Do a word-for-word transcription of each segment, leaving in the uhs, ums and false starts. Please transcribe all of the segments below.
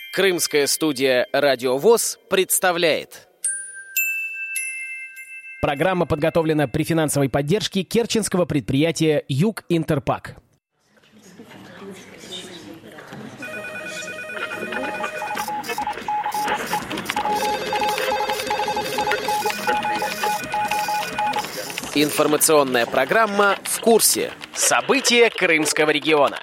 Крымская студия «Радио ВОС» представляет. Программа подготовлена при финансовой поддержке керченского предприятия «Юг Интерпак». Информационная программа «В курсе». События Крымского региона.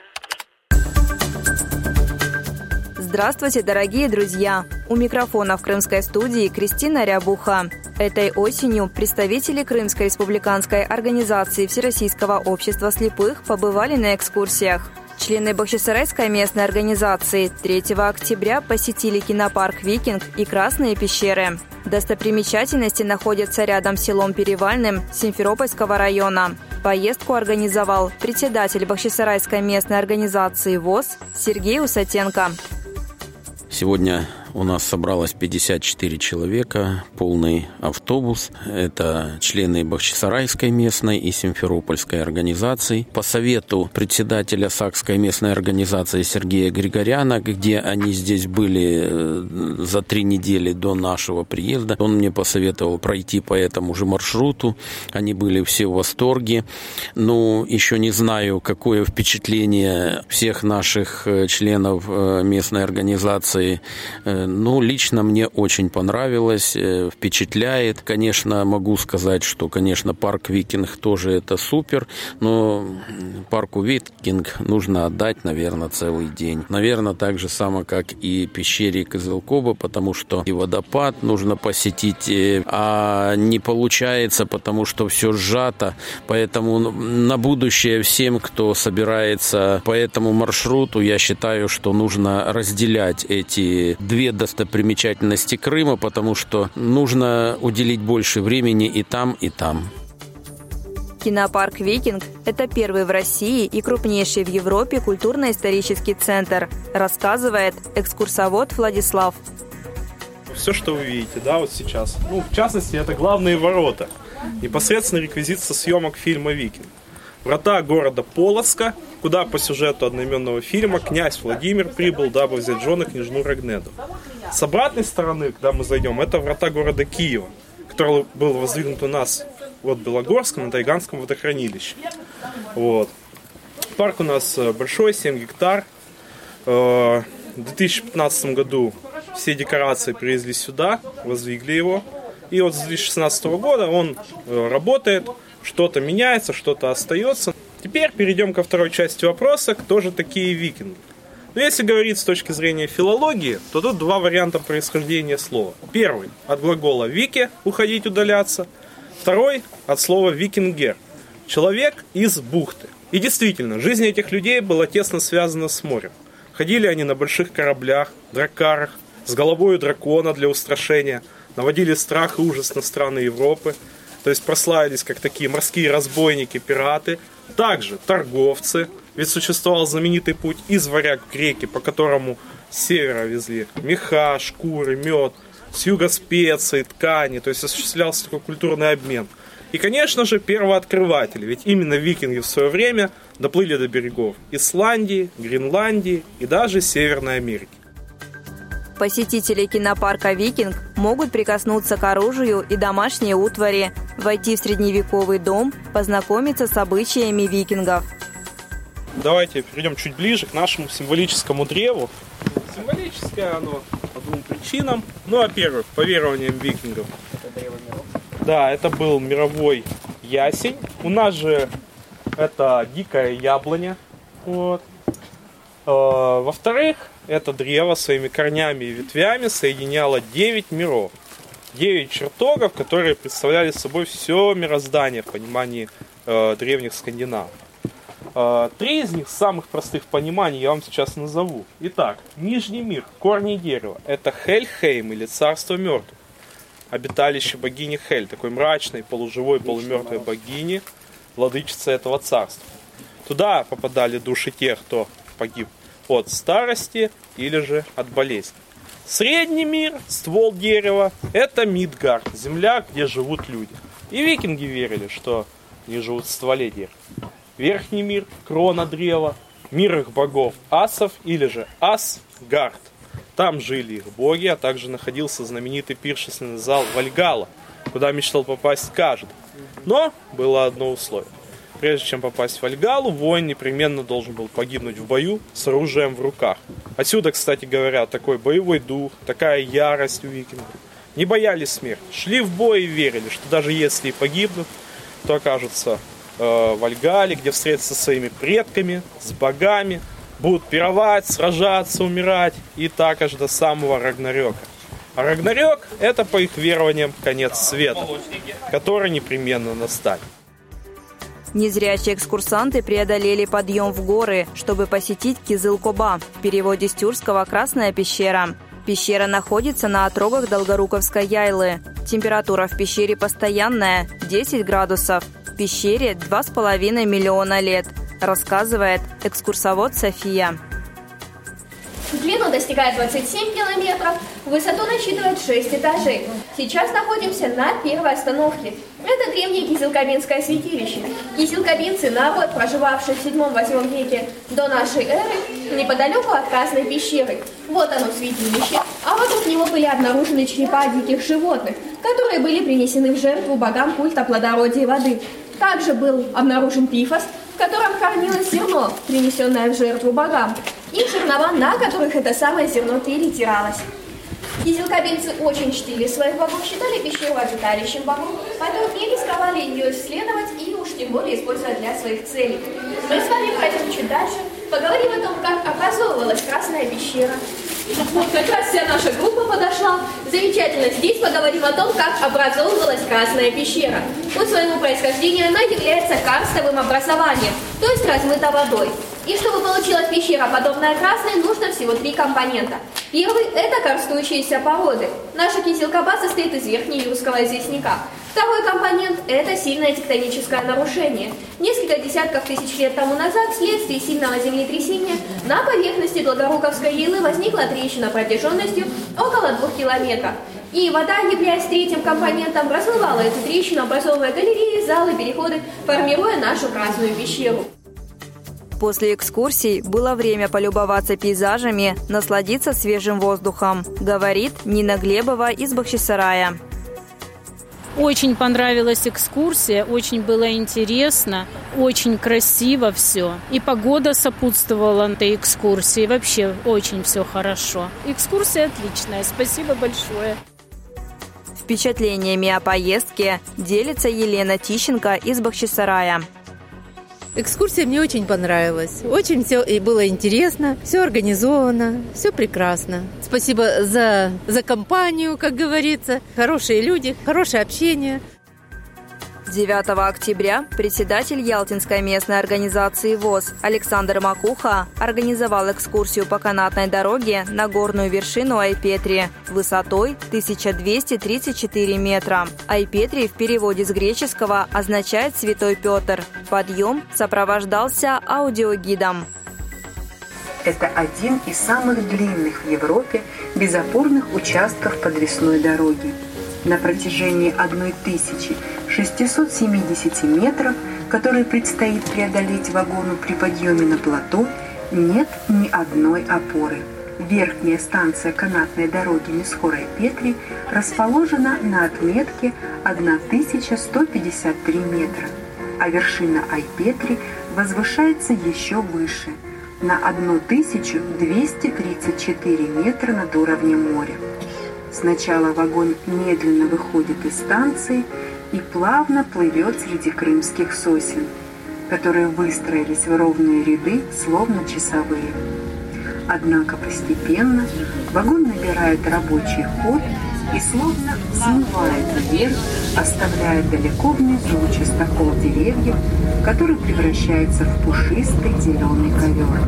Здравствуйте, дорогие друзья! У микрофона в крымской студии Кристина Рябуха. Этой осенью представители Крымской республиканской организации Всероссийского общества слепых побывали на экскурсиях. Члены Бахчисарайской местной организации третьего октября посетили кинопарк «Викинг» и Красные пещеры. Достопримечательности находятся рядом с селом Перевальным Симферопольского района. Поездку организовал председатель Бахчисарайской местной организации ВОС Сергей Усатенко. Сегодня у нас собралось пятьдесят четыре человека, полный автобус. Это члены Бахчисарайской местной и Симферопольской организаций. По совету председателя Сакской местной организации Сергея Григоряна, где они здесь были за три недели до нашего приезда, он мне посоветовал пройти по этому же маршруту. Они были все в восторге. Ну, еще не знаю, какое впечатление всех наших членов местной организации. Ну, лично мне очень понравилось, впечатляет. Конечно, могу сказать, что, конечно, парк «Викинг» тоже это супер, но парку «Викинг» нужно отдать, наверное, целый день. Наверное, так же само, как и пещере Кызылкоба, потому что и водопад нужно посетить, а не получается, потому что все сжато. Поэтому на будущее всем, кто собирается по этому маршруту, я считаю, что нужно разделять эти две достопримечательности Крыма, потому что нужно уделить больше времени и там, и там. Кинопарк «Викинг» – это первый в России и крупнейший в Европе культурно-исторический центр, рассказывает экскурсовод Владислав. Все, что вы видите, да, вот сейчас, ну, в частности, это главные ворота. Непосредственно реквизит со съемок фильма «Викинг». Врата города Полоцка, куда по сюжету одноименного фильма князь Владимир прибыл, дабы взять в жены княжну Рогнеду. С обратной стороны, когда мы зайдем, это врата города Киева, который был воздвигнут у нас от Белогорска на Тайганском водохранилище. Вот. Парк у нас большой, семь гектар. В две тысячи пятнадцатом году все декорации привезли сюда, воздвигли его. И вот с две тысячи шестнадцатого года он работает. Что-то меняется, что-то остается. Теперь перейдем ко второй части вопроса. Кто же такие викинги? Но если говорить с точки зрения филологии, то тут два варианта происхождения слова. Первый – от глагола «вики» – уходить, удаляться. Второй – от слова «викингер» – человек из бухты. И действительно, жизнь этих людей была тесно связана с морем. Ходили они на больших кораблях, дракарах, с головой дракона для устрашения, наводили страх и ужас на страны Европы. То есть прославились как такие морские разбойники, пираты. Также торговцы. Ведь существовал знаменитый путь из Варяг в Греки, по которому с севера везли меха, шкуры, мед, с юга специи, ткани. То есть осуществлялся такой культурный обмен. И, конечно же, первооткрыватели. Ведь именно викинги в свое время доплыли до берегов Исландии, Гренландии и даже Северной Америки. Посетители кинопарка «Викинг» могут прикоснуться к оружию и домашней утвари, войти в средневековый дом, познакомиться с обычаями викингов. Давайте перейдем чуть ближе к нашему символическому древу. Символическое оно по двум причинам. Ну, во-первых, по верованиям викингов. Это древо миров. Да, это был мировой ясень. У нас же это дикая яблоня. Вот. Во-вторых, это древо своими корнями и ветвями соединяло девять миров. Девять чертогов, которые представляли собой все мироздание в понимании э, древних скандинавов. Э, три из них, самых простых пониманий, я вам сейчас назову. Итак, Нижний мир, корни дерева. Это Хельхейм или Царство мертвых. Обиталище богини Хель, такой мрачной, полуживой, полумертвой богини, владычица этого царства. Туда попадали души тех, кто погиб от старости или же от болезни. Средний мир, ствол дерева, это Мидгард, земля, где живут люди. И викинги верили, что они живут в стволе дерева. Верхний мир, крона древа, мир их богов асов или же Асгард. Там жили их боги, а также находился знаменитый пиршественный зал Вальгалла, куда мечтал попасть каждый. Но было одно условие. Прежде чем попасть в Вальгаллу, воин непременно должен был погибнуть в бою с оружием в руках. Отсюда, кстати говоря, такой боевой дух, такая ярость у викингов. Не боялись смерти, шли в бой и верили, что даже если и погибнут, то окажутся э, в Вальгалле, где встретятся со своими предками, с богами, будут пировать, сражаться, умирать, и так аж до самого Рагнарёка. А Рагнарёк – это, по их верованиям, конец света, который непременно настанет. Незрячие экскурсанты преодолели подъем в горы, чтобы посетить Кизыл-Коба, в переводе с тюркского «Красная пещера». Пещера находится на отрогах Долгоруковской Яйлы. Температура в пещере постоянная – десять градусов. В пещере два с половиной миллиона лет, рассказывает экскурсовод София. Длину достигает двадцать семь километров, высоту насчитывает шесть этажей. Сейчас находимся на первой остановке. Это древнее Кизыл-Кобинское святилище. Кизыл-Кобинцы, народ, проживавший в седьмом-восьмом веке до нашей эры, неподалеку от Красной пещеры. Вот оно святилище, а вокруг него были обнаружены черепа диких животных, которые были принесены в жертву богам культа плодородия и воды. Также был обнаружен пифос, в котором хранилось зерно, принесенное в жертву богам, и жернова, на которых это самое зерно перетиралось. Кизыл-Кобинцы очень чтили своих богов, считали пещеру обиталищем богов, поэтому не рисковали ее исследовать и уж тем более использовать для своих целей. Мы с вами пройдем чуть дальше, поговорим о том, как образовывалась Красная пещера. Вот как раз вся наша группа подошла. Замечательно. Здесь поговорим о том, как образовывалась Красная пещера. По своему происхождению она является карстовым образованием, то есть размыта водой. И чтобы получилась пещера, подобная красной, нужно всего три компонента. Первый – это карстующиеся породы. Наша Кизыл-Коба состоит из верхнеюрского известняка. Второй компонент – это сильное тектоническое нарушение. Несколько десятков тысяч лет тому назад, вследствие сильного землетрясения, на поверхности Долгоруковской Яйлы возникла трещина протяженностью около двух километров. И вода, являясь третьим компонентом, размывала эту трещину, образовывая галереи, залы, переходы, формируя нашу Красную пещеру. После экскурсий было время полюбоваться пейзажами, насладиться свежим воздухом, говорит Нина Глебова из Бахчисарая. Очень понравилась экскурсия, очень было интересно, очень красиво все. И погода сопутствовала этой экскурсии, вообще очень все хорошо. Экскурсия отличная, спасибо большое. Впечатлениями о поездке делится Елена Тищенко из Бахчисарая. Экскурсия мне очень понравилась. Очень все и было интересно, все организовано, все прекрасно. Спасибо за, за компанию, как говорится. Хорошие люди, хорошее общение. девятого октября председатель Ялтинской местной организации ВОС Александр Макуха организовал экскурсию по канатной дороге на горную вершину Айпетри высотой тысяча двести тридцать четыре метра. Айпетри в переводе с греческого означает «Святой Петр». Подъем сопровождался аудиогидом. Это один из самых длинных в Европе безопорных участков подвесной дороги. На протяжении тысячи шестисот семидесяти метров, которые предстоит преодолеть вагону при подъеме на плато, нет ни одной опоры. Верхняя станция канатной дороги Мисхор-Айпетри расположена на отметке тысяча сто пятьдесят три метра, а вершина Айпетри возвышается еще выше, на тысячу двести тридцать четыре метра над уровнем моря. Сначала вагон медленно выходит из станции и плавно плывет среди крымских сосен, которые выстроились в ровные ряды, словно часовые. Однако постепенно вагон набирает рабочий ход и словно взмывает вверх, оставляя далеко внизу частокол деревьев, который превращается в пушистый зеленый ковер.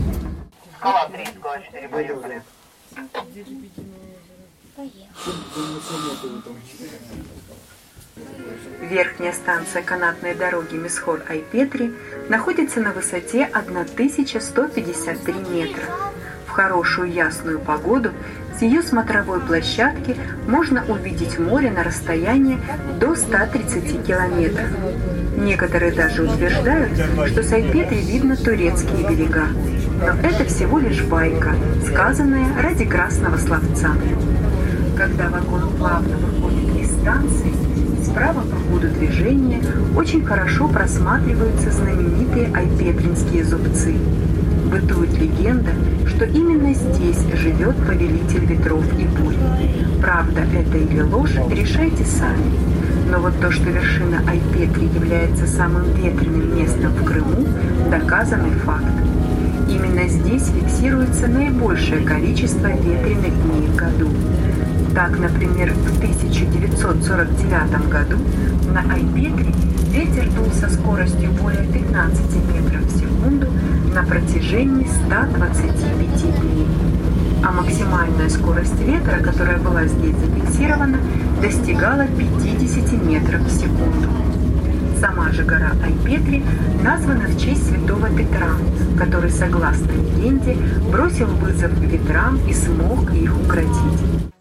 Верхняя станция канатной дороги Мисхор-Айпетри находится на высоте тысяча сто пятьдесят три метра. В хорошую ясную погоду с ее смотровой площадки можно увидеть море на расстоянии до ста тридцати километров. Некоторые даже утверждают, что с Айпетри видно турецкие берега. Но это всего лишь байка, сказанная ради красного словца. Когда вагон плавно выходит из станции, справа по ходу движения очень хорошо просматриваются знаменитые Айпетринские зубцы. Бытует легенда, что именно здесь живет повелитель ветров и бурь. Правда это или ложь, решайте сами. Но вот то, что вершина Айпетри является самым ветреным местом в Крыму, доказанный факт. Именно здесь фиксируется наибольшее количество ветреных дней в году. Так, например, в тысяча девятьсот сорок девятом году на Айпетри ветер дул со скоростью более пятнадцати метров в секунду на протяжении ста двадцати пяти дней. А максимальная скорость ветра, которая была здесь зафиксирована, достигала пятидесяти метров в секунду. Сама же гора Айпетри названа в честь святого Петра, который, согласно легенде, бросил вызов ветрам и смог их укротить.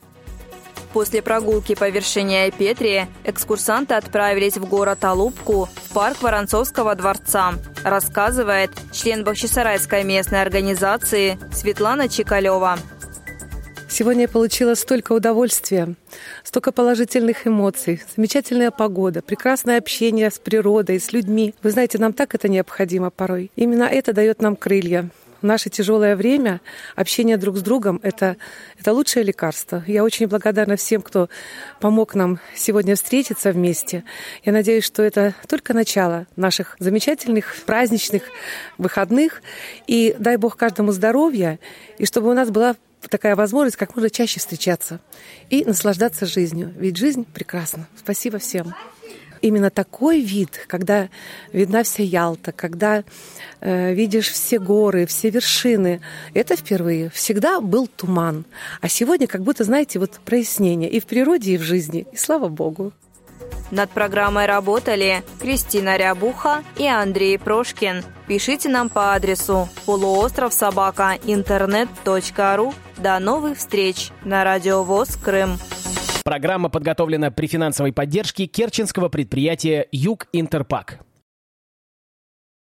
После прогулки по вершине Айпетри экскурсанты отправились в город Алупку, в парк Воронцовского дворца, рассказывает член Бахчисарайской местной организации Светлана Чикалева. Сегодня я получила столько удовольствия, столько положительных эмоций, замечательная погода, прекрасное общение с природой, с людьми. Вы знаете, нам так это необходимо порой. Именно это дает нам крылья. В наше тяжелое время общение друг с другом – это, это лучшее лекарство. Я очень благодарна всем, кто помог нам сегодня встретиться вместе. Я надеюсь, что это только начало наших замечательных праздничных выходных. И дай Бог каждому здоровья, и чтобы у нас была такая возможность как можно чаще встречаться и наслаждаться жизнью. Ведь жизнь прекрасна. Спасибо всем. Именно такой вид, когда видна вся Ялта, когда э, видишь все горы, все вершины, это впервые. Всегда был туман. А сегодня как будто, знаете, вот прояснение и в природе, и в жизни. И слава Богу. Над программой работали Кристина Рябуха и Андрей Прошкин. Пишите нам по адресу полуостров собака интернет точка ру. До новых встреч на Радио ВОС Крым. Программа подготовлена при финансовой поддержке керченского предприятия «Юг Интерпак».